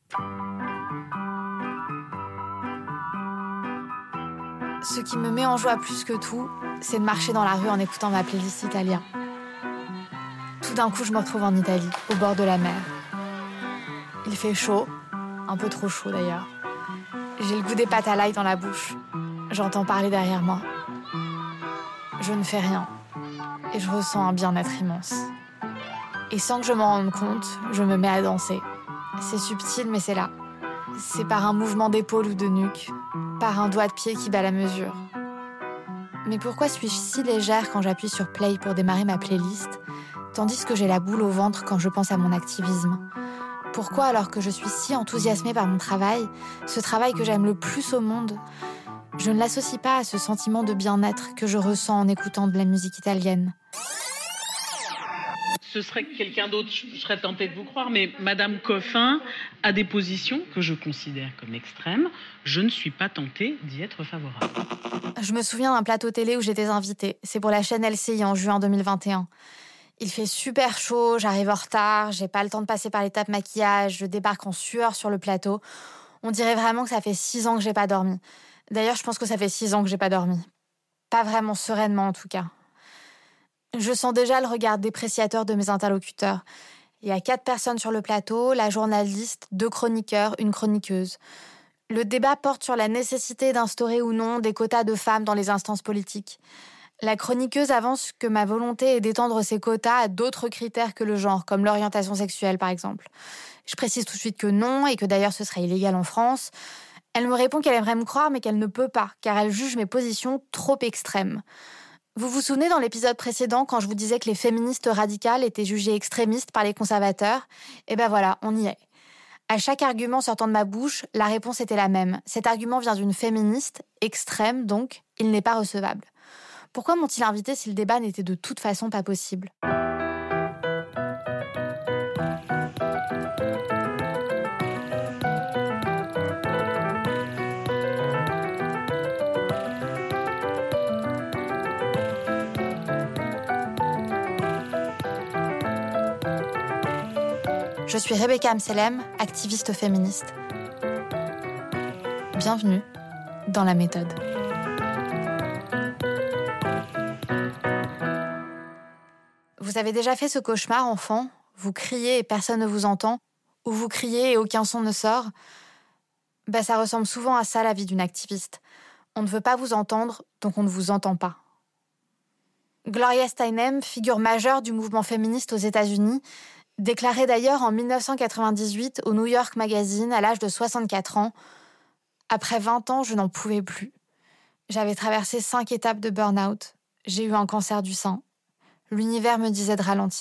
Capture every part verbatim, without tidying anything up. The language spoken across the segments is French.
Ce qui me met en joie plus que tout, c'est de marcher dans la rue en écoutant ma playlist Italia. Tout d'un coup, je me retrouve en Italie, au bord de la mer. Il fait chaud, un peu trop chaud d'ailleurs. J'ai le goût des pâtes à l'ail dans la bouche. J'entends parler derrière moi. Je ne fais rien et je ressens un bien-être immense. Et sans que je m'en rende compte, je me mets à danser. C'est subtil, mais c'est là. C'est par un mouvement d'épaule ou de nuque, par un doigt de pied qui bat la mesure. Mais pourquoi suis-je si légère quand j'appuie sur play pour démarrer ma playlist, tandis que j'ai la boule au ventre quand je pense à mon activisme ? Pourquoi, alors que je suis si enthousiasmée par mon travail, ce travail que j'aime le plus au monde, je ne l'associe pas à ce sentiment de bien-être que je ressens en écoutant de la musique italienne ? Ce serait quelqu'un d'autre, je serais tentée de vous croire, mais Madame Coffin a des positions que je considère comme extrêmes. Je ne suis pas tentée d'y être favorable. Je me souviens d'un plateau télé où j'étais invitée. C'est pour la chaîne L C I en juin deux mille vingt et un. Il fait super chaud, j'arrive en retard, j'ai pas le temps de passer par l'étape maquillage, je débarque en sueur sur le plateau. On dirait vraiment que ça fait six ans que j'ai pas dormi. D'ailleurs, je pense que ça fait six ans que j'ai pas dormi. Pas vraiment sereinement en tout cas. Je sens déjà le regard dépréciateur de mes interlocuteurs. Il y a quatre personnes sur le plateau, la journaliste, deux chroniqueurs, une chroniqueuse. Le débat porte sur la nécessité d'instaurer ou non des quotas de femmes dans les instances politiques. La chroniqueuse avance que ma volonté est d'étendre ces quotas à d'autres critères que le genre, comme l'orientation sexuelle par exemple. Je précise tout de suite que non, et que d'ailleurs ce serait illégal en France. Elle me répond qu'elle aimerait me croire, mais qu'elle ne peut pas, car elle juge mes positions trop extrêmes. Vous vous souvenez dans l'épisode précédent quand je vous disais que les féministes radicales étaient jugées extrémistes par les conservateurs ? Eh ben voilà, on y est. À chaque argument sortant de ma bouche, la réponse était la même. Cet argument vient d'une féministe, extrême donc, il n'est pas recevable. Pourquoi m'ont-ils invité si le débat n'était de toute façon pas possible ? Je suis Rebecca Amselem, activiste féministe. Bienvenue dans La Méthode. Vous avez déjà fait ce cauchemar, enfant ? Vous criez et personne ne vous entend ? Ou vous criez et aucun son ne sort ? Ben, ça ressemble souvent à ça, la vie d'une activiste. On ne veut pas vous entendre, donc on ne vous entend pas. Gloria Steinem, figure majeure du mouvement féministe aux États-Unis, déclarait d'ailleurs en dix-neuf cent quatre-vingt-dix-huit au New York Magazine, à l'âge de soixante-quatre ans, « Après vingt ans, je n'en pouvais plus. J'avais traversé cinq étapes de burn-out. J'ai eu un cancer du sein. L'univers me disait de ralentir. »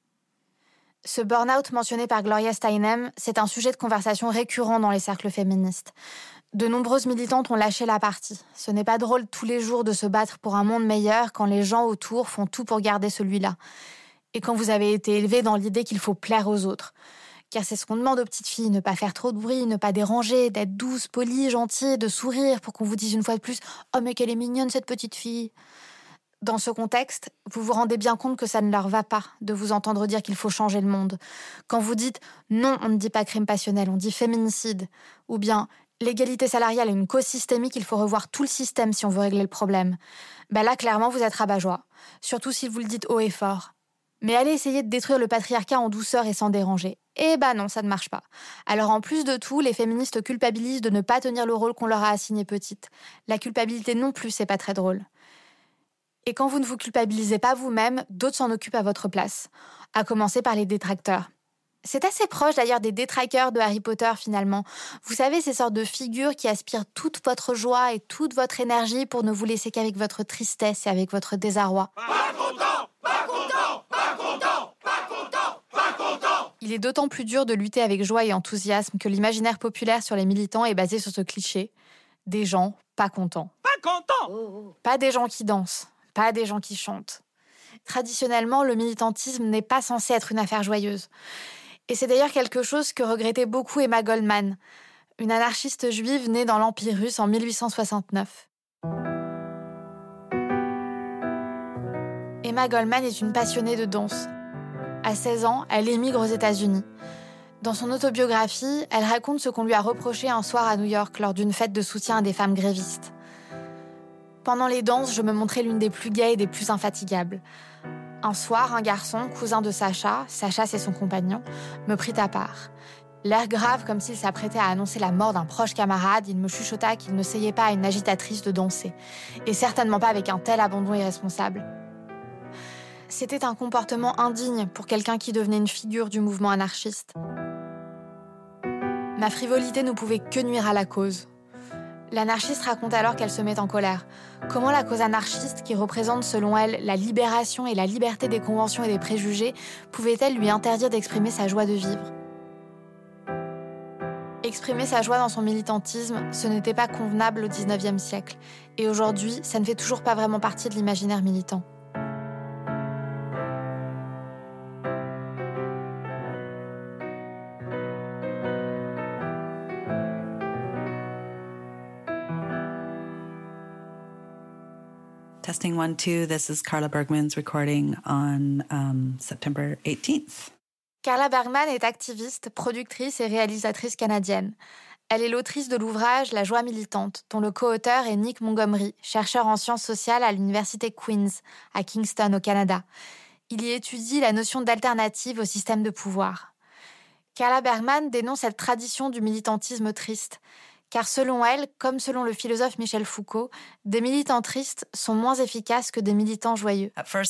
Ce burn-out mentionné par Gloria Steinem, c'est un sujet de conversation récurrent dans les cercles féministes. De nombreuses militantes ont lâché la partie. Ce n'est pas drôle tous les jours de se battre pour un monde meilleur quand les gens autour font tout pour garder celui-là. Et quand vous avez été élevé dans l'idée qu'il faut plaire aux autres. Car c'est ce qu'on demande aux petites filles, ne pas faire trop de bruit, ne pas déranger, d'être douce, polie, gentille, de sourire pour qu'on vous dise une fois de plus « Oh mais qu'elle est mignonne cette petite fille !» Dans ce contexte, vous vous rendez bien compte que ça ne leur va pas de vous entendre dire qu'il faut changer le monde. Quand vous dites « Non, on ne dit pas crime passionnel, on dit féminicide » ou bien « L'égalité salariale est une cause systémique, il faut revoir tout le système si on veut régler le problème », ben là, clairement, vous êtes rabat-joie. Surtout si vous le dites haut et fort. Mais allez essayer de détruire le patriarcat en douceur et sans déranger. Eh ben non, ça ne marche pas. Alors en plus de tout, les féministes culpabilisent de ne pas tenir le rôle qu'on leur a assigné petite. La culpabilité non plus, c'est pas très drôle. Et quand vous ne vous culpabilisez pas vous-même, d'autres s'en occupent à votre place. À commencer par les détracteurs. C'est assez proche d'ailleurs des détraqueurs de Harry Potter finalement. Vous savez, ces sortes de figures qui aspirent toute votre joie et toute votre énergie pour ne vous laisser qu'avec votre tristesse et avec votre désarroi. Pas content, pas content, pas content, pas content, pas content. Il est d'autant plus dur de lutter avec joie et enthousiasme que l'imaginaire populaire sur les militants est basé sur ce cliché. Des gens pas contents. Pas content. Pas des gens qui dansent, pas des gens qui chantent. Traditionnellement, le militantisme n'est pas censé être une affaire joyeuse. Et c'est d'ailleurs quelque chose que regrettait beaucoup Emma Goldman, une anarchiste juive née dans l'Empire russe en mille huit cent soixante-neuf. Emma Goldman est une passionnée de danse. À seize ans, elle émigre aux États-Unis. Dans son autobiographie, elle raconte ce qu'on lui a reproché un soir à New York lors d'une fête de soutien à des femmes grévistes. Pendant les danses, je me montrais l'une des plus gaies et des plus infatigables. Un soir, un garçon, cousin de Sacha, Sacha c'est son compagnon, me prit à part. L'air grave, comme s'il s'apprêtait à annoncer la mort d'un proche camarade, il me chuchota qu'il ne seyait pas à une agitatrice de danser, et certainement pas avec un tel abandon irresponsable. C'était un comportement indigne pour quelqu'un qui devenait une figure du mouvement anarchiste. Ma frivolité ne pouvait que nuire à la cause. L'anarchiste raconte alors qu'elle se met en colère. Comment la cause anarchiste, qui représente selon elle la libération et la liberté des conventions et des préjugés, pouvait-elle lui interdire d'exprimer sa joie de vivre ? Exprimer sa joie dans son militantisme, ce n'était pas convenable au dix-neuvième siècle. Et aujourd'hui, ça ne fait toujours pas vraiment partie de l'imaginaire militant. Testing one, two. This is Carla Bergman's recording on um, September eighteenth. Carla Bergman est activiste, productrice et réalisatrice canadienne. Elle est l'autrice de l'ouvrage La joie militante, dont le co-auteur est Nick Montgomery, chercheur en sciences sociales à l'université Queen's, à Kingston, au Canada. Il y étudie la notion d'alternative au système de pouvoir. Carla Bergman dénonce cette tradition du militantisme triste, car selon elle, comme selon le philosophe Michel Foucault, des militants tristes sont moins efficaces que des militants joyeux.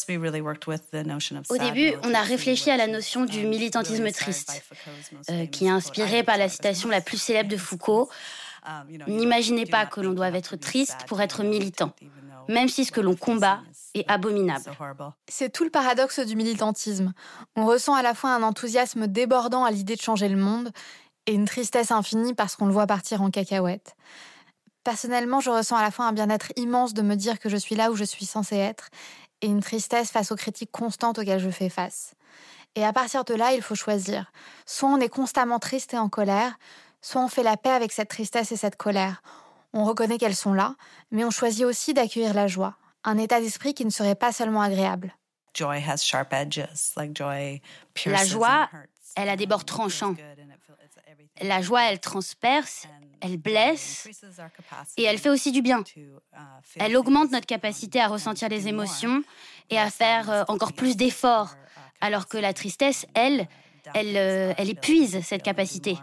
Au début, on a réfléchi à la notion du militantisme triste, euh, qui est inspirée par la citation la plus célèbre de Foucault. « N'imaginez pas que l'on doive être triste pour être militant, même si ce que l'on combat est abominable. » C'est tout le paradoxe du militantisme. On ressent à la fois un enthousiasme débordant à l'idée de changer le monde, et une tristesse infinie parce qu'on le voit partir en cacahuète. Personnellement, je ressens à la fois un bien-être immense de me dire que je suis là où je suis censée être et une tristesse face aux critiques constantes auxquelles je fais face. Et à partir de là, il faut choisir. Soit on est constamment triste et en colère, soit on fait la paix avec cette tristesse et cette colère. On reconnaît qu'elles sont là, mais on choisit aussi d'accueillir la joie, un état d'esprit qui ne serait pas seulement agréable. La joie, elle a des bords tranchants. La joie, elle transperce, elle blesse et elle fait aussi du bien. Elle augmente notre capacité à ressentir les émotions et à faire encore plus d'efforts, alors que la tristesse, elle, elle, elle épuise cette capacité.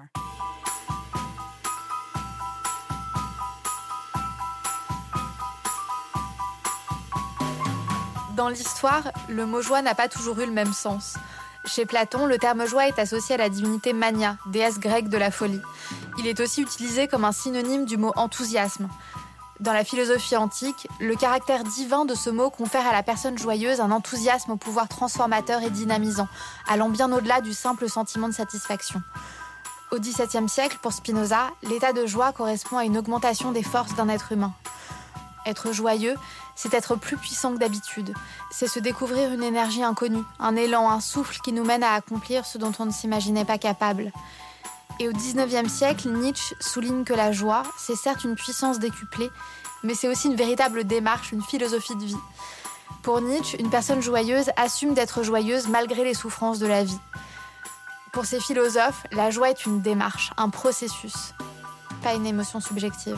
Dans l'histoire, le mot joie n'a pas toujours eu le même sens. Chez Platon, le terme joie est associé à la divinité Mania, déesse grecque de la folie. Il est aussi utilisé comme un synonyme du mot enthousiasme. Dans la philosophie antique, le caractère divin de ce mot confère à la personne joyeuse un enthousiasme au pouvoir transformateur et dynamisant, allant bien au-delà du simple sentiment de satisfaction. Au dix-septième siècle, pour Spinoza, l'état de joie correspond à une augmentation des forces d'un être humain. Être joyeux, c'est être plus puissant que d'habitude. C'est se découvrir une énergie inconnue, un élan, un souffle qui nous mène à accomplir ce dont on ne s'imaginait pas capable. Et au dix-neuvième siècle, Nietzsche souligne que la joie, c'est certes une puissance décuplée, mais c'est aussi une véritable démarche, une philosophie de vie. Pour Nietzsche, une personne joyeuse assume d'être joyeuse malgré les souffrances de la vie. Pour ces philosophes, la joie est une démarche, un processus, pas une émotion subjective.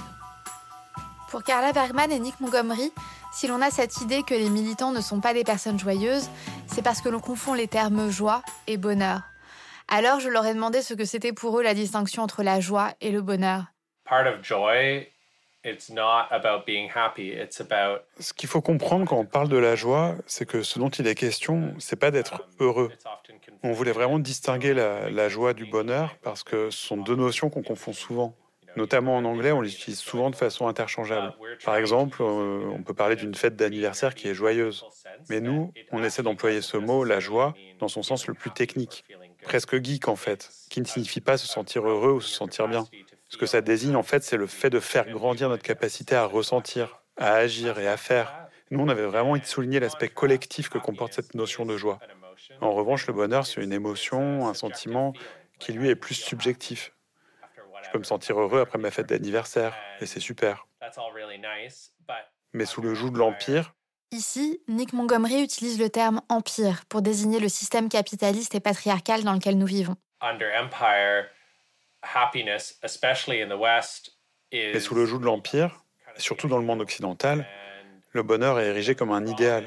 Pour Carla Bergman et Nick Montgomery, si l'on a cette idée que les militants ne sont pas des personnes joyeuses, c'est parce que l'on confond les termes joie et bonheur. Alors je leur ai demandé ce que c'était pour eux la distinction entre la joie et le bonheur. Part of joy, it's not about being happy, it's about... Ce qu'il faut comprendre quand on parle de la joie, c'est que ce dont il est question, c'est pas d'être heureux. On voulait vraiment distinguer la, la joie du bonheur parce que ce sont deux notions qu'on confond souvent. Notamment en anglais, on les utilise souvent de façon interchangeable. Par exemple, euh, on peut parler d'une fête d'anniversaire qui est joyeuse. Mais nous, on essaie d'employer ce mot, la joie, dans son sens le plus technique, presque geek en fait, qui ne signifie pas se sentir heureux ou se sentir bien. Ce que ça désigne en fait, c'est le fait de faire grandir notre capacité à ressentir, à agir et à faire. Nous, on avait vraiment envie de souligner l'aspect collectif que comporte cette notion de joie. En revanche, le bonheur, c'est une émotion, un sentiment qui lui est plus subjectif. Je peux me sentir heureux après ma fête d'anniversaire, et c'est super. Mais sous le joug de l'Empire... Ici, Nick Montgomery utilise le terme « empire » pour désigner le système capitaliste et patriarcal dans lequel nous vivons. Et sous le joug de l'Empire, et surtout dans le monde occidental, le bonheur est érigé comme un idéal.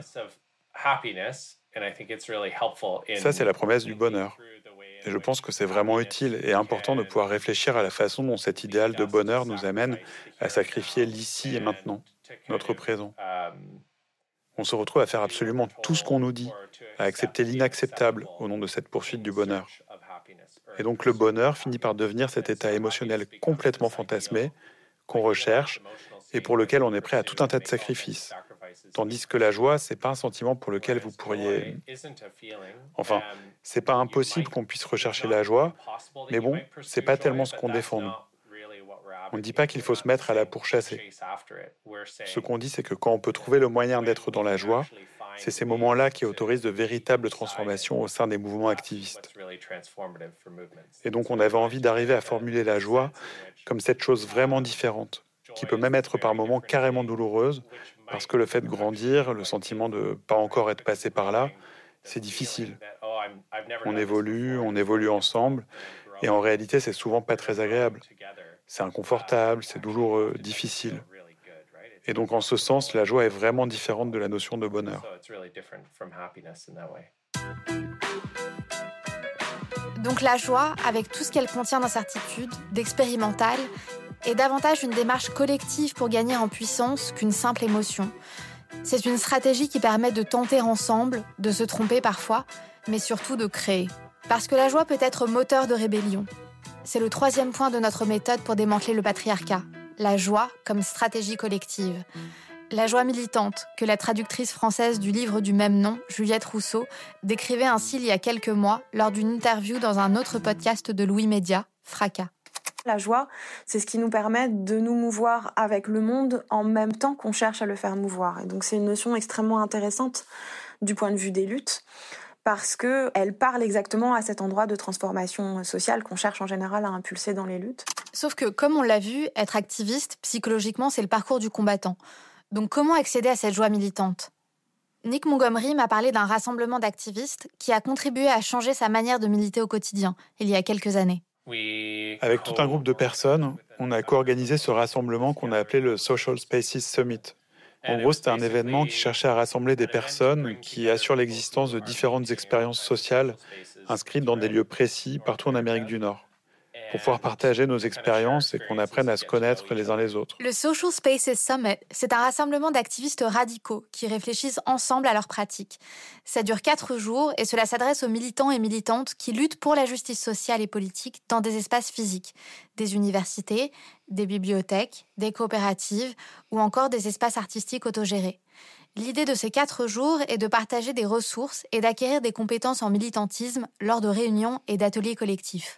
Ça, c'est la promesse du bonheur. Et je pense que c'est vraiment utile et important de pouvoir réfléchir à la façon dont cet idéal de bonheur nous amène à sacrifier l'ici et maintenant, notre présent. On se retrouve à faire absolument tout ce qu'on nous dit, à accepter l'inacceptable au nom de cette poursuite du bonheur. Et donc le bonheur finit par devenir cet état émotionnel complètement fantasmé, qu'on recherche et pour lequel on est prêt à tout un tas de sacrifices. Tandis que la joie, c'est pas un sentiment pour lequel vous pourriez... Enfin, c'est pas impossible qu'on puisse rechercher la joie, mais bon, c'est pas tellement ce qu'on défend, nous. On ne dit pas qu'il faut se mettre à la pourchasser. Ce qu'on dit, c'est que quand on peut trouver le moyen d'être dans la joie, c'est ces moments-là qui autorisent de véritables transformations au sein des mouvements activistes. Et donc on avait envie d'arriver à formuler la joie comme cette chose vraiment différente, qui peut même être par moments carrément douloureuse, parce que le fait de grandir, le sentiment de ne pas encore être passé par là, c'est difficile. On évolue, on évolue ensemble, et en réalité, c'est souvent pas très agréable. C'est inconfortable, c'est douloureux, difficile. Et donc, en ce sens, la joie est vraiment différente de la notion de bonheur. Donc la joie, avec tout ce qu'elle contient d'incertitude, d'expérimental, est davantage une démarche collective pour gagner en puissance qu'une simple émotion. C'est une stratégie qui permet de tenter ensemble, de se tromper parfois, mais surtout de créer. Parce que la joie peut être moteur de rébellion. C'est le troisième point de notre méthode pour démanteler le patriarcat. La joie comme stratégie collective. La joie militante, que la traductrice française du livre du même nom, Juliette Rousseau, décrivait ainsi il y a quelques mois lors d'une interview dans un autre podcast de Louis Média, Fracas. La joie, c'est ce qui nous permet de nous mouvoir avec le monde en même temps qu'on cherche à le faire mouvoir. Et donc c'est une notion extrêmement intéressante du point de vue des luttes, parce qu'elle parle exactement à cet endroit de transformation sociale qu'on cherche en général à impulser dans les luttes. Sauf que, comme on l'a vu, être activiste, psychologiquement, c'est le parcours du combattant. Donc comment accéder à cette joie militante ? Nick Montgomery m'a parlé d'un rassemblement d'activistes qui a contribué à changer sa manière de militer au quotidien, il y a quelques années. Avec tout un groupe de personnes, on a co-organisé ce rassemblement qu'on a appelé le Social Spaces Summit. En gros, c'était un événement qui cherchait à rassembler des personnes qui assurent l'existence de différentes expériences sociales inscrites dans des lieux précis partout en Amérique du Nord, pour pouvoir partager nos expériences et qu'on apprenne à se connaître les uns les autres. Le Social Spaces Summit, c'est un rassemblement d'activistes radicaux qui réfléchissent ensemble à leurs pratiques. Ça dure quatre jours et cela s'adresse aux militants et militantes qui luttent pour la justice sociale et politique dans des espaces physiques, des universités, des bibliothèques, des coopératives ou encore des espaces artistiques autogérés. L'idée de ces quatre jours est de partager des ressources et d'acquérir des compétences en militantisme lors de réunions et d'ateliers collectifs.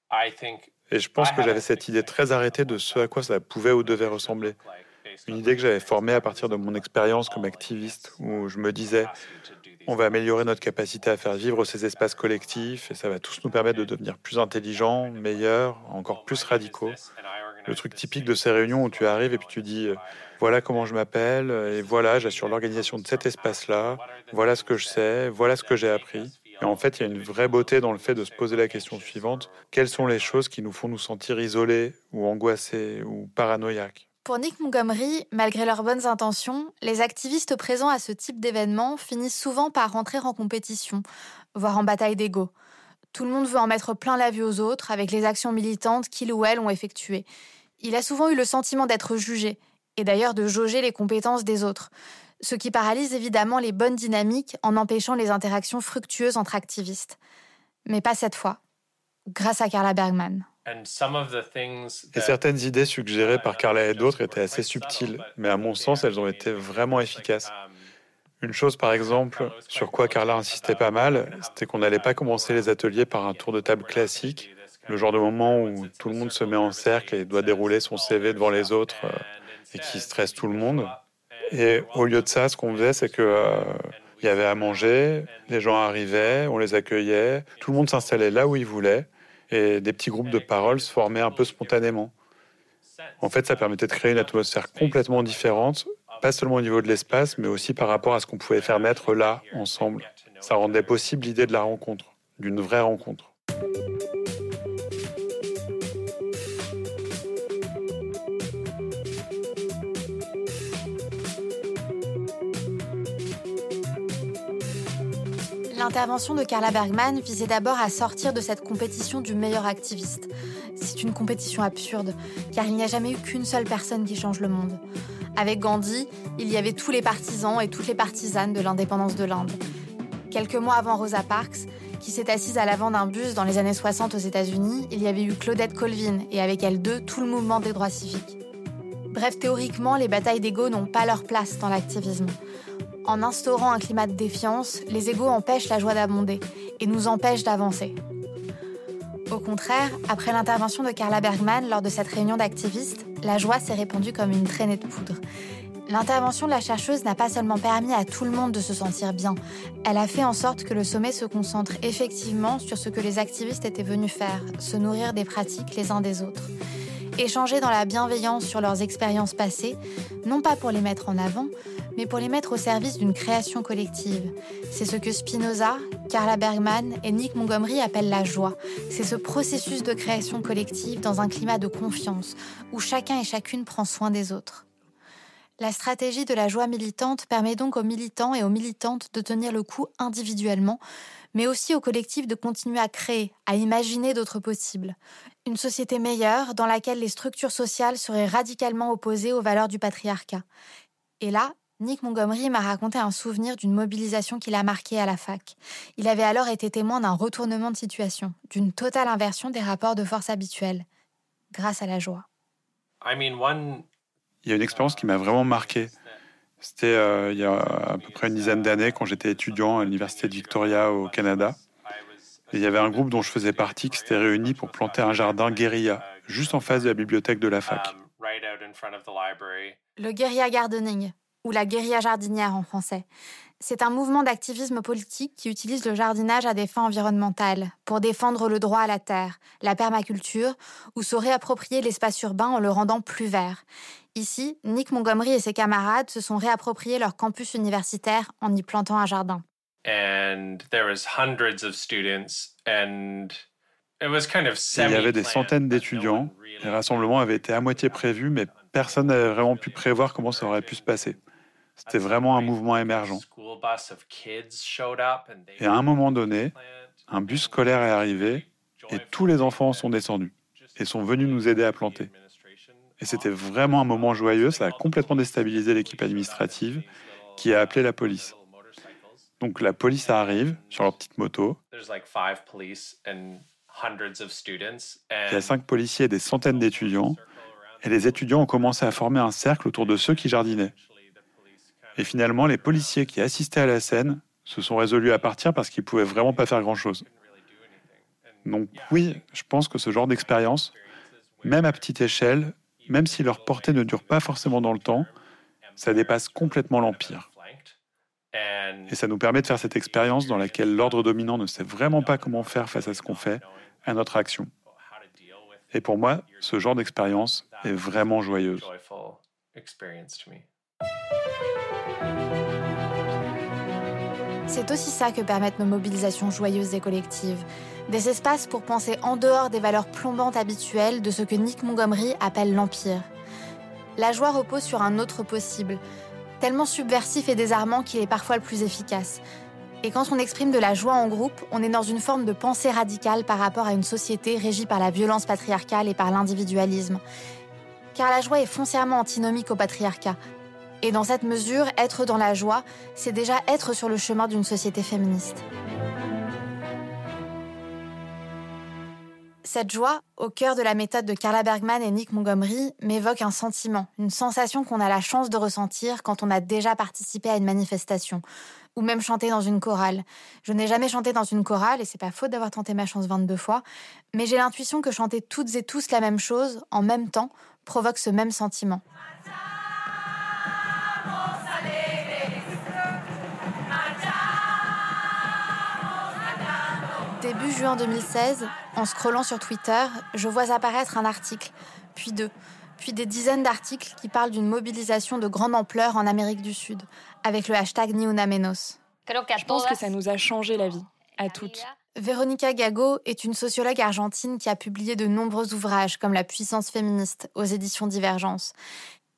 Et je pense que j'avais cette idée très arrêtée de ce à quoi ça pouvait ou devait ressembler. Une idée que j'avais formée à partir de mon expérience comme activiste, où je me disais on va améliorer notre capacité à faire vivre ces espaces collectifs et ça va tous nous permettre de devenir plus intelligents, meilleurs, encore plus radicaux. Le truc typique de ces réunions où tu arrives et puis tu dis « voilà comment je m'appelle et voilà, j'assure l'organisation de cet espace-là, voilà ce que je sais, voilà ce que j'ai appris ». Et en fait, il y a une vraie beauté dans le fait de se poser la question suivante. Quelles sont les choses qui nous font nous sentir isolés ou angoissés ou paranoïaques ? Pour Nick Montgomery, malgré leurs bonnes intentions, les activistes présents à ce type d'événement finissent souvent par rentrer en compétition, voire en bataille d'ego. Tout le monde veut en mettre plein la vue aux autres avec les actions militantes qu'ils ou elles ont effectuées. Il a souvent eu le sentiment d'être jugé, et d'ailleurs de jauger les compétences des autres, ce qui paralyse évidemment les bonnes dynamiques en empêchant les interactions fructueuses entre activistes. Mais pas cette fois, grâce à Carla Bergman. Et certaines idées suggérées par Carla et d'autres étaient assez subtiles, mais à mon sens, elles ont été vraiment efficaces. Une chose, par exemple, sur quoi Carla insistait pas mal, c'était qu'on n'allait pas commencer les ateliers par un tour de table classique, le genre de moment où tout le monde se met en cercle et doit dérouler son C V devant les autres euh, et qui stresse tout le monde. Et au lieu de ça, ce qu'on faisait, c'est que euh, il y avait à manger, les gens arrivaient, on les accueillait, tout le monde s'installait là où il voulait, et des petits groupes de parole se formaient un peu spontanément. En fait, ça permettait de créer une atmosphère complètement différente, pas seulement au niveau de l'espace, mais aussi par rapport à ce qu'on pouvait faire naître là, ensemble. Ça rendait possible l'idée de la rencontre, d'une vraie rencontre. L'intervention de Carla Bergman visait d'abord à sortir de cette compétition du meilleur activiste. C'est une compétition absurde, car il n'y a jamais eu qu'une seule personne qui change le monde. Avec Gandhi, il y avait tous les partisans et toutes les partisanes de l'indépendance de l'Inde. Quelques mois avant Rosa Parks, qui s'est assise à l'avant d'un bus dans les années soixante aux États-Unis, il y avait eu Claudette Colvin, et avec elle deux, tout le mouvement des droits civiques. Bref, théoriquement, les batailles d'ego n'ont pas leur place dans l'activisme. En instaurant un climat de défiance, les égos empêchent la joie d'abonder et nous empêchent d'avancer. Au contraire, après l'intervention de Carla Bergman lors de cette réunion d'activistes, la joie s'est répandue comme une traînée de poudre. L'intervention de la chercheuse n'a pas seulement permis à tout le monde de se sentir bien, elle a fait en sorte que le sommet se concentre effectivement sur ce que les activistes étaient venus faire, se nourrir des pratiques les uns des autres. Échanger dans la bienveillance sur leurs expériences passées, non pas pour les mettre en avant, mais pour les mettre au service d'une création collective. C'est ce que Spinoza, Carla Bergman et Nick Montgomery appellent la joie. C'est ce processus de création collective dans un climat de confiance, où chacun et chacune prend soin des autres. La stratégie de la joie militante permet donc aux militants et aux militantes de tenir le coup individuellement, mais aussi au collectif de continuer à créer, à imaginer d'autres possibles. Une société meilleure dans laquelle les structures sociales seraient radicalement opposées aux valeurs du patriarcat. Et là, Nick Montgomery m'a raconté un souvenir d'une mobilisation qui l'a marqué à la fac. Il avait alors été témoin d'un retournement de situation, d'une totale inversion des rapports de force habituels, grâce à la joie. I mean, one... Il y a une expérience qui m'a vraiment marqué. C'était euh, il y a à peu près une dizaine d'années quand j'étais étudiant à l'Université de Victoria au Canada. Et il y avait un groupe dont je faisais partie qui s'était réuni pour planter un jardin guérilla, juste en face de la bibliothèque de la fac. Le guérilla gardening, ou la guérilla jardinière en français. C'est un mouvement d'activisme politique qui utilise le jardinage à des fins environnementales, pour défendre le droit à la terre, la permaculture, ou se réapproprier l'espace urbain en le rendant plus vert. Ici, Nick Montgomery et ses camarades se sont réappropriés leur campus universitaire en y plantant un jardin. And there was hundreds of students and it was kind of Il y avait des centaines d'étudiants. Les rassemblements avaient été à moitié prévus, mais personne n'avait vraiment pu prévoir comment ça aurait pu se passer. C'était vraiment un mouvement émergent. Et à un moment donné, un bus scolaire est arrivé et tous les enfants sont descendus et sont venus nous aider à planter. Et c'était vraiment un moment joyeux, ça a complètement déstabilisé l'équipe administrative qui a appelé la police. Donc la police arrive sur leur petite moto. Il y a cinq policiers et des centaines d'étudiants. Et les étudiants ont commencé à former un cercle autour de ceux qui jardinaient. Et finalement, les policiers qui assistaient à la scène se sont résolus à partir parce qu'ils ne pouvaient vraiment pas faire grand-chose. Donc oui, je pense que ce genre d'expérience, même à petite échelle, même si leur portée ne dure pas forcément dans le temps, ça dépasse complètement l'empire. Et ça nous permet de faire cette expérience dans laquelle l'ordre dominant ne sait vraiment pas comment faire face à ce qu'on fait, à notre action. Et pour moi, ce genre d'expérience est vraiment joyeuse. C'est aussi ça que permettent nos mobilisations joyeuses et collectives. Des espaces pour penser en dehors des valeurs plombantes habituelles de ce que Nick Montgomery appelle l'empire. La joie repose sur un autre possible, tellement subversif et désarmant qu'il est parfois le plus efficace. Et quand on exprime de la joie en groupe, on est dans une forme de pensée radicale par rapport à une société régie par la violence patriarcale et par l'individualisme. Car la joie est foncièrement antinomique au patriarcat. Et dans cette mesure, être dans la joie, c'est déjà être sur le chemin d'une société féministe. Cette joie, au cœur de la méthode de Carla Bergman et Nick Montgomery, m'évoque un sentiment, une sensation qu'on a la chance de ressentir quand on a déjà participé à une manifestation, ou même chanté dans une chorale. Je n'ai jamais chanté dans une chorale, et c'est pas faute d'avoir tenté ma chance vingt-deux fois, mais j'ai l'intuition que chanter toutes et tous la même chose, en même temps, provoque ce même sentiment. Début juin deux mille seize, en scrollant sur Twitter, je vois apparaître un article, puis deux, puis des dizaines d'articles qui parlent d'une mobilisation de grande ampleur en Amérique du Sud, avec le hashtag Ni Una Menos. Je pense que ça nous a changé la vie, à toutes. Verónica Gago est une sociologue argentine qui a publié de nombreux ouvrages comme La puissance féministe aux éditions Divergence.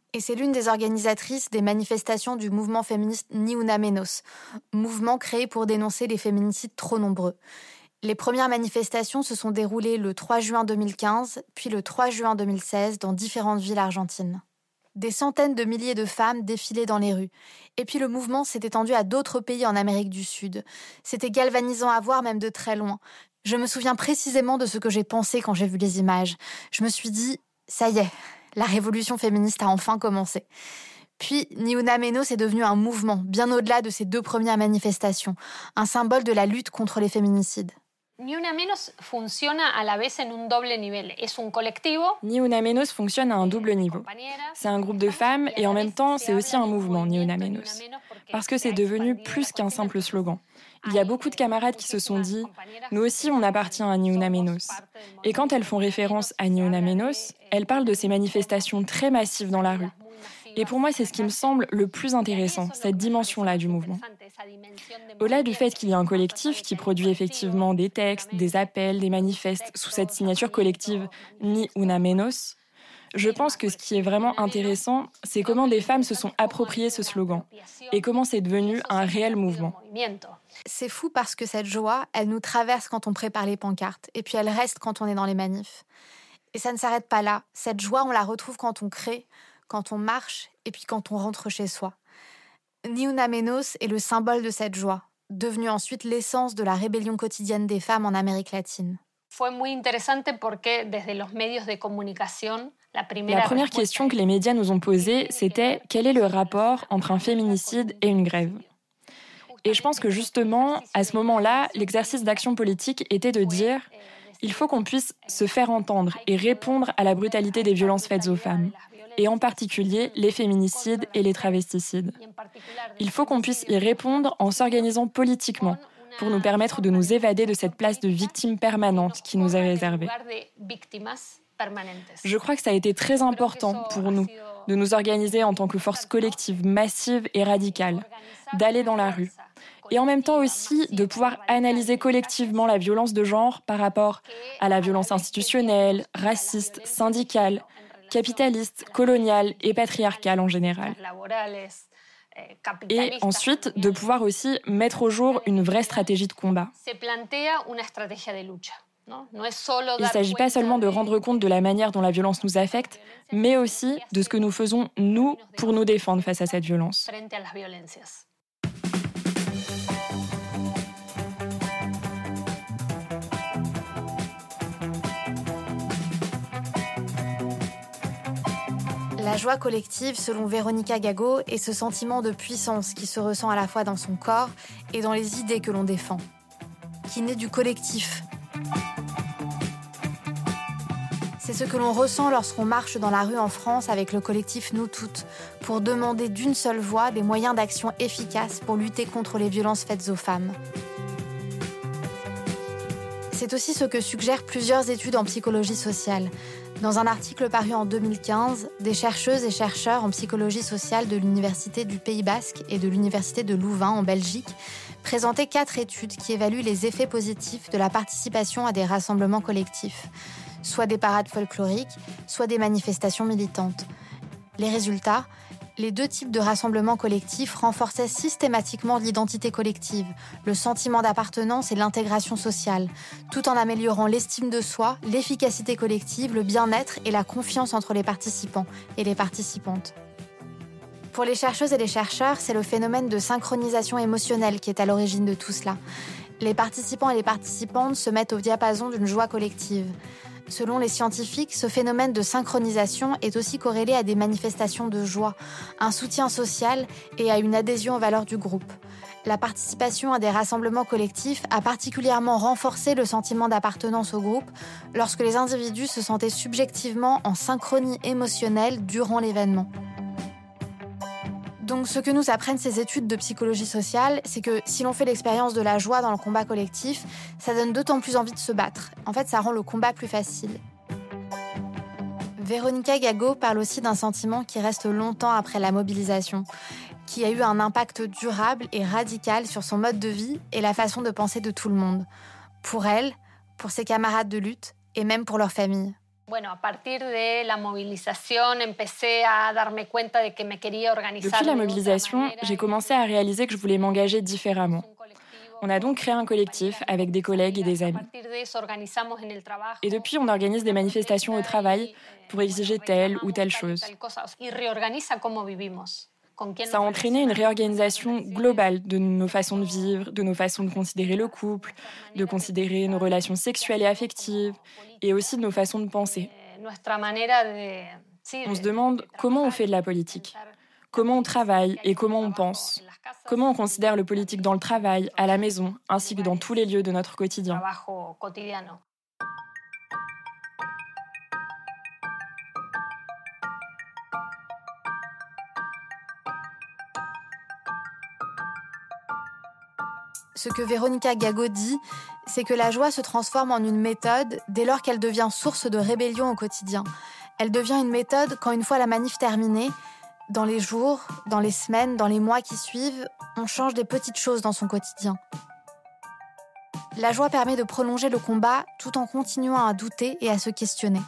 Et c'est l'une des organisatrices des manifestations du mouvement féministe Ni Una Menos, mouvement créé pour dénoncer les féminicides trop nombreux. Les premières manifestations se sont déroulées le trois juin deux mille quinze, puis le trois juin deux mille seize dans différentes villes argentines. Des centaines de milliers de femmes défilaient dans les rues. Et puis le mouvement s'est étendu à d'autres pays en Amérique du Sud. C'était galvanisant à voir, même de très loin. Je me souviens précisément de ce que j'ai pensé quand j'ai vu les images. Je me suis dit, ça y est, la révolution féministe a enfin commencé. Puis, Ni Una Menos est devenu un mouvement, bien au-delà de ces deux premières manifestations, un symbole de la lutte contre les féminicides. Ni Una Menos funciona a la vez en un doble nivel. Es un colectivo. Ni Una Menos fonctionne à un double niveau. C'est un groupe de femmes et en même temps, c'est aussi un mouvement, Ni Una Menos. Parce que c'est devenu plus qu'un simple slogan. Il y a beaucoup de camarades qui se sont dit « Nous aussi, on appartient à Ni Una Menos ». Et quand elles font référence à Ni Una Menos, elles parlent de ces manifestations très massives dans la rue. Et pour moi, c'est ce qui me semble le plus intéressant, cette dimension-là du mouvement. Au-delà du fait qu'il y a un collectif qui produit effectivement des textes, des appels, des manifestes sous cette signature collective Ni Una Menos, je pense que ce qui est vraiment intéressant, c'est comment des femmes se sont appropriées ce slogan et comment c'est devenu un réel mouvement. C'est fou parce que cette joie, elle nous traverse quand on prépare les pancartes et puis elle reste quand on est dans les manifs. Et ça ne s'arrête pas là. Cette joie, on la retrouve quand on crée, quand on marche et puis quand on rentre chez soi. Ni Una Menos est le symbole de cette joie, devenue ensuite l'essence de la rébellion quotidienne des femmes en Amérique latine. La première question que les médias nous ont posée, c'était quel est le rapport entre un féminicide et une grève ? Et je pense que justement, à ce moment-là, l'exercice d'action politique était de dire il faut qu'on puisse se faire entendre et répondre à la brutalité des violences faites aux femmes, et en particulier les féminicides et les travesticides. Il faut qu'on puisse y répondre en s'organisant politiquement pour nous permettre de nous évader de cette place de victime permanente qui nous est réservée. Je crois que ça a été très important pour nous de nous organiser en tant que force collective massive et radicale, d'aller dans la rue. Et en même temps aussi de pouvoir analyser collectivement la violence de genre par rapport à la violence institutionnelle, raciste, syndicale, capitaliste, coloniale et patriarcale en général. Et ensuite, de pouvoir aussi mettre au jour une vraie stratégie de combat. Il ne s'agit pas seulement de rendre compte de la manière dont la violence nous affecte, mais aussi de ce que nous faisons, nous, pour nous défendre face à cette violence. La joie collective, selon Véronica Gago, est ce sentiment de puissance qui se ressent à la fois dans son corps et dans les idées que l'on défend, qui naît du collectif. C'est ce que l'on ressent lorsqu'on marche dans la rue en France avec le collectif Nous Toutes, pour demander d'une seule voix des moyens d'action efficaces pour lutter contre les violences faites aux femmes. C'est aussi ce que suggèrent plusieurs études en psychologie sociale. Dans un article paru en deux mille quinze, des chercheuses et chercheurs en psychologie sociale de l'Université du Pays Basque et de l'Université de Louvain en Belgique présentaient quatre études qui évaluent les effets positifs de la participation à des rassemblements collectifs, soit des parades folkloriques, soit des manifestations militantes. Les résultats ? Les deux types de rassemblements collectifs renforçaient systématiquement l'identité collective, le sentiment d'appartenance et l'intégration sociale, tout en améliorant l'estime de soi, l'efficacité collective, le bien-être et la confiance entre les participants et les participantes. Pour les chercheuses et les chercheurs, c'est le phénomène de synchronisation émotionnelle qui est à l'origine de tout cela. Les participants et les participantes se mettent au diapason d'une joie collective. Selon les scientifiques, ce phénomène de synchronisation est aussi corrélé à des manifestations de joie, un soutien social et à une adhésion aux valeurs du groupe. La participation à des rassemblements collectifs a particulièrement renforcé le sentiment d'appartenance au groupe lorsque les individus se sentaient subjectivement en synchronie émotionnelle durant l'événement. Donc ce que nous apprennent ces études de psychologie sociale, c'est que si l'on fait l'expérience de la joie dans le combat collectif, ça donne d'autant plus envie de se battre. En fait, ça rend le combat plus facile. Véronica Gago parle aussi d'un sentiment qui reste longtemps après la mobilisation, qui a eu un impact durable et radical sur son mode de vie et la façon de penser de tout le monde. Pour elle, pour ses camarades de lutte et même pour leur famille. Bueno, a partir de la movilización empecé a darme cuenta de que me quería organizar. Depuis la mobilisation, j'ai commencé à réaliser que je voulais m'engager différemment. On a donc créé un collectif avec des collègues et des amis. Et depuis, on organise des manifestations au travail pour exiger telle ou telle chose. Ça a entraîné une réorganisation globale de nos façons de vivre, de nos façons de considérer le couple, de considérer nos relations sexuelles et affectives, et aussi de nos façons de penser. On se demande comment on fait de la politique, comment on travaille et comment on pense, comment on considère le politique dans le travail, à la maison, ainsi que dans tous les lieux de notre quotidien. Ce que Véronica Gago dit, c'est que la joie se transforme en une méthode dès lors qu'elle devient source de rébellion au quotidien. Elle devient une méthode quand, une fois la manif terminée, dans les jours, dans les semaines, dans les mois qui suivent, on change des petites choses dans son quotidien. La joie permet de prolonger le combat tout en continuant à douter et à se questionner.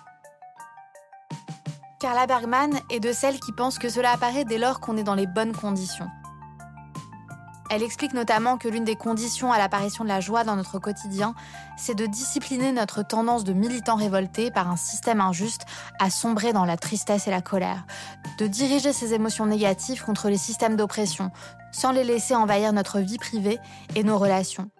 Carla Bergman est de celles qui pensent que cela apparaît dès lors qu'on est dans les bonnes conditions. Elle explique notamment que l'une des conditions à l'apparition de la joie dans notre quotidien, c'est de discipliner notre tendance de militants révoltés par un système injuste à sombrer dans la tristesse et la colère, de diriger ces émotions négatives contre les systèmes d'oppression, sans les laisser envahir notre vie privée et nos relations.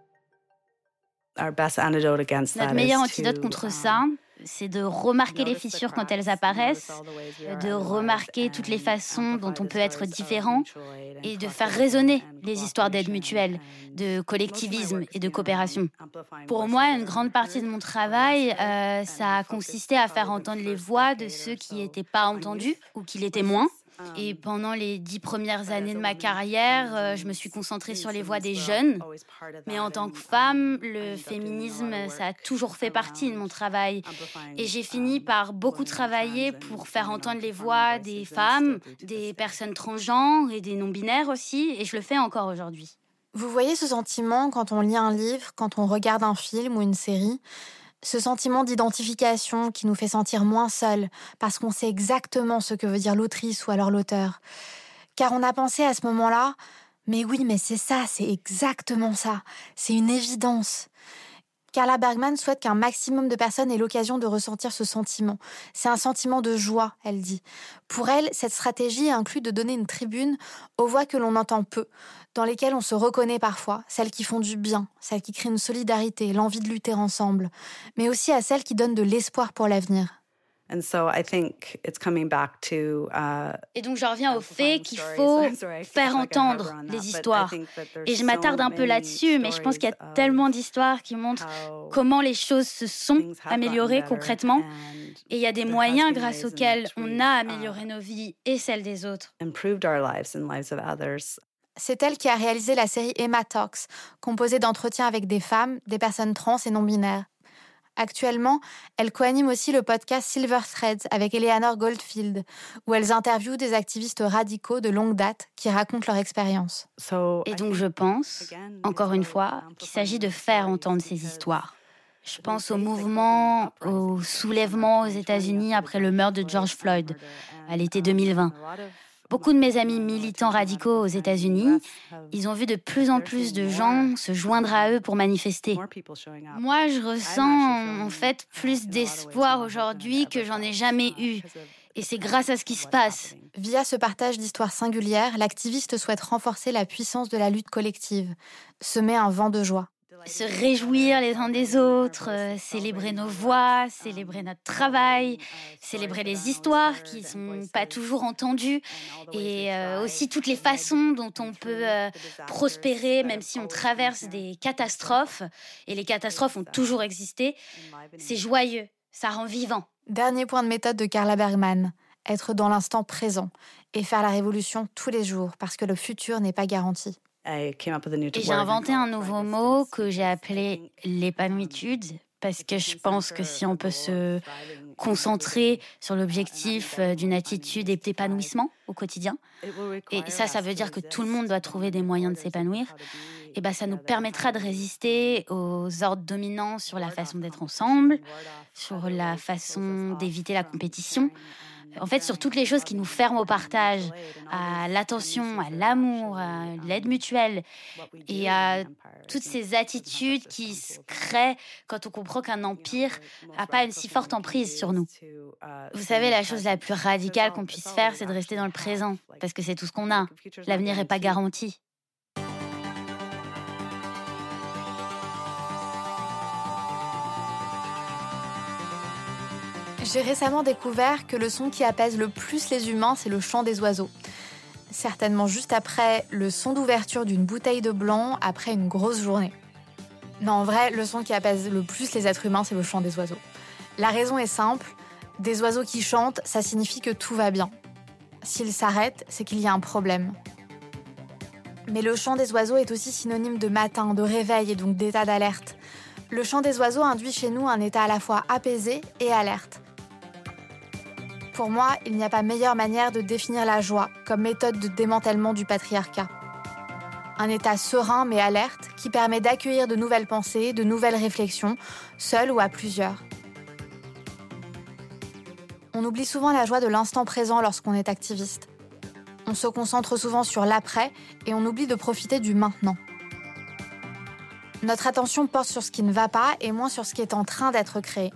Notre meilleur antidote contre ça, c'est de remarquer les fissures quand elles apparaissent, de remarquer toutes les façons dont on peut être différent et de faire résonner les histoires d'aide mutuelle, de collectivisme et de coopération. Pour moi, une grande partie de mon travail, euh, ça a consisté à faire entendre les voix de ceux qui n'étaient pas entendus ou qui l'étaient moins. Et pendant les dix premières années de ma carrière, euh, je me suis concentrée sur les voix des jeunes. Mais en tant que femme, le féminisme, ça a toujours fait partie de mon travail. Et j'ai fini par beaucoup travailler pour faire entendre les voix des femmes, des personnes transgenres et des non-binaires aussi. Et je le fais encore aujourd'hui. Vous voyez ce sentiment quand on lit un livre, quand on regarde un film ou une série ? Ce sentiment d'identification qui nous fait sentir moins seuls, parce qu'on sait exactement ce que veut dire l'autrice ou alors l'auteur. Car on a pensé à ce moment-là, mais oui, mais c'est ça, c'est exactement ça, c'est une évidence. Carla Bergman souhaite qu'un maximum de personnes aient l'occasion de ressentir ce sentiment. C'est un sentiment de joie, elle dit. Pour elle, cette stratégie inclut de donner une tribune aux voix que l'on entend peu, dans lesquelles on se reconnaît parfois, celles qui font du bien, celles qui créent une solidarité, l'envie de lutter ensemble, mais aussi à celles qui donnent de l'espoir pour l'avenir. And so I think it's coming back to, uh, Et donc, je reviens au fait qu'il faut faire entendre les histoires. Et je m'attarde un peu là-dessus, mais je pense qu'il y a tellement d'histoires qui montrent comment les choses se sont améliorées concrètement. Et il y a des moyens grâce auxquels on a amélioré nos vies et celles des autres. C'est elle qui a réalisé la série Emma Talks, composée d'entretiens avec des femmes, des personnes trans et non-binaires. Actuellement, elle co-anime aussi le podcast Silver Threads avec Eleanor Goldfield, où elles interviewent des activistes radicaux de longue date qui racontent leur expérience. Et donc je pense, encore une fois, qu'il s'agit de faire entendre ces histoires. Je pense au mouvement, au soulèvement aux États-Unis après le meurtre de George Floyd, à l'été deux mille vingt. Beaucoup de mes amis militants radicaux aux États-Unis, ils ont vu de plus en plus de gens se joindre à eux pour manifester. Moi, je ressens en fait plus d'espoir aujourd'hui que j'en ai jamais eu. Et c'est grâce à ce qui se passe. Via ce partage d'histoires singulières, l'activiste souhaite renforcer la puissance de la lutte collective, semer un vent de joie. Se réjouir les uns des autres, euh, célébrer nos voix, célébrer notre travail, célébrer les histoires qui ne sont pas toujours entendues et euh, aussi toutes les façons dont on peut euh, prospérer même si on traverse des catastrophes. Et les catastrophes ont toujours existé. C'est joyeux, ça rend vivant. Dernier point de méthode de Carla Bergman, être dans l'instant présent et faire la révolution tous les jours parce que le futur n'est pas garanti. Et j'ai inventé un nouveau mot que j'ai appelé l'épanouitude, parce que je pense que si on peut se concentrer sur l'objectif d'une attitude d'épanouissement au quotidien. Et ça, ça veut dire que tout le monde doit trouver des moyens de s'épanouir. Et ben, ça nous permettra de résister aux ordres dominants sur la façon d'être ensemble, sur la façon d'éviter la compétition. En fait, sur toutes les choses qui nous ferment au partage, à l'attention, à l'amour, à l'aide mutuelle et à toutes ces attitudes qui se créent quand on comprend qu'un empire n'a pas une si forte emprise sur nous. Vous savez, la chose la plus radicale qu'on puisse faire, c'est de rester dans le présent, parce que c'est tout ce qu'on a. L'avenir n'est pas garanti. J'ai récemment découvert que le son qui apaise le plus les humains, c'est le chant des oiseaux. Certainement juste après le son d'ouverture d'une bouteille de blanc après une grosse journée. Non, en vrai, le son qui apaise le plus les êtres humains, c'est le chant des oiseaux. La raison est simple, des oiseaux qui chantent, ça signifie que tout va bien. S'ils s'arrêtent, c'est qu'il y a un problème. Mais le chant des oiseaux est aussi synonyme de matin, de réveil et donc d'état d'alerte. Le chant des oiseaux induit chez nous un état à la fois apaisé et alerte. Pour moi, il n'y a pas meilleure manière de définir la joie comme méthode de démantèlement du patriarcat. Un état serein mais alerte qui permet d'accueillir de nouvelles pensées, de nouvelles réflexions, seul ou à plusieurs. On oublie souvent la joie de l'instant présent lorsqu'on est activiste. On se concentre souvent sur l'après et on oublie de profiter du maintenant. Notre attention porte sur ce qui ne va pas et moins sur ce qui est en train d'être créé.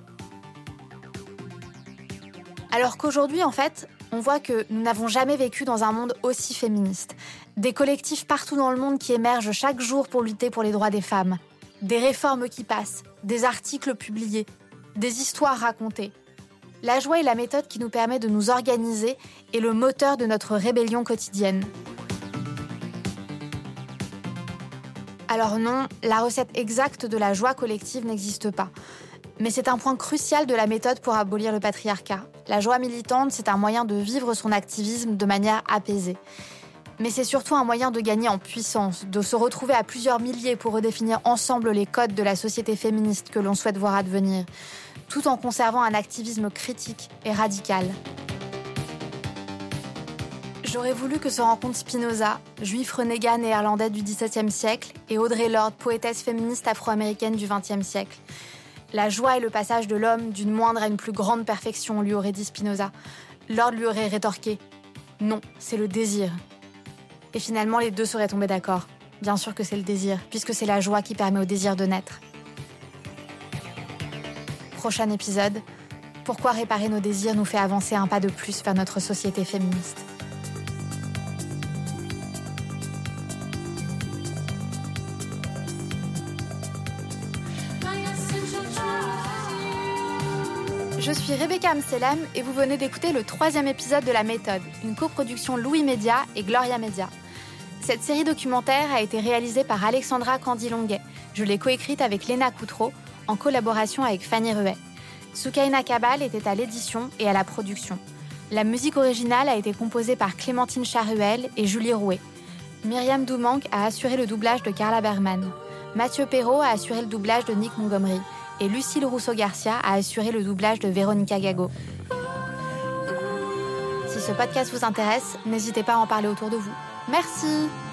Alors qu'aujourd'hui, en fait, on voit que nous n'avons jamais vécu dans un monde aussi féministe. Des collectifs partout dans le monde qui émergent chaque jour pour lutter pour les droits des femmes. Des réformes qui passent, des articles publiés, des histoires racontées. La joie est la méthode qui nous permet de nous organiser et le moteur de notre rébellion quotidienne. Alors non, la recette exacte de la joie collective n'existe pas. Mais c'est un point crucial de la méthode pour abolir le patriarcat. La joie militante, c'est un moyen de vivre son activisme de manière apaisée. Mais c'est surtout un moyen de gagner en puissance, de se retrouver à plusieurs milliers pour redéfinir ensemble les codes de la société féministe que l'on souhaite voir advenir, tout en conservant un activisme critique et radical. J'aurais voulu que se rencontrent Spinoza, juif renégat néerlandais du dix-septième siècle, et Audre Lorde, poétesse féministe afro-américaine du vingtième siècle. La joie est le passage de l'homme d'une moindre à une plus grande perfection, lui aurait dit Spinoza. Lorde lui aurait rétorqué « Non, c'est le désir ». Et finalement, les deux seraient tombés d'accord. Bien sûr que c'est le désir, puisque c'est la joie qui permet au désir de naître. Prochain épisode, pourquoi réparer nos désirs nous fait avancer un pas de plus vers notre société féministe. Je suis Rebecca Amselem et vous venez d'écouter le troisième épisode de La Méthode, une coproduction Louis Média et Gloria Média. Cette série documentaire a été réalisée par Alexandra Candy-Longuet. Je l'ai coécrite avec Léna Coutreau, en collaboration avec Fanny Ruet. Soukaina Kabal était à l'édition et à la production. La musique originale a été composée par Clémentine Charuel et Julie Rouet. Myriam Doumanque a assuré le doublage de Carla Bergman. Mathieu Perrault a assuré le doublage de Nick Montgomery. Et Lucille Rousseau-Garcia a assuré le doublage de Véronica Gago. Si ce podcast vous intéresse, n'hésitez pas à en parler autour de vous. Merci!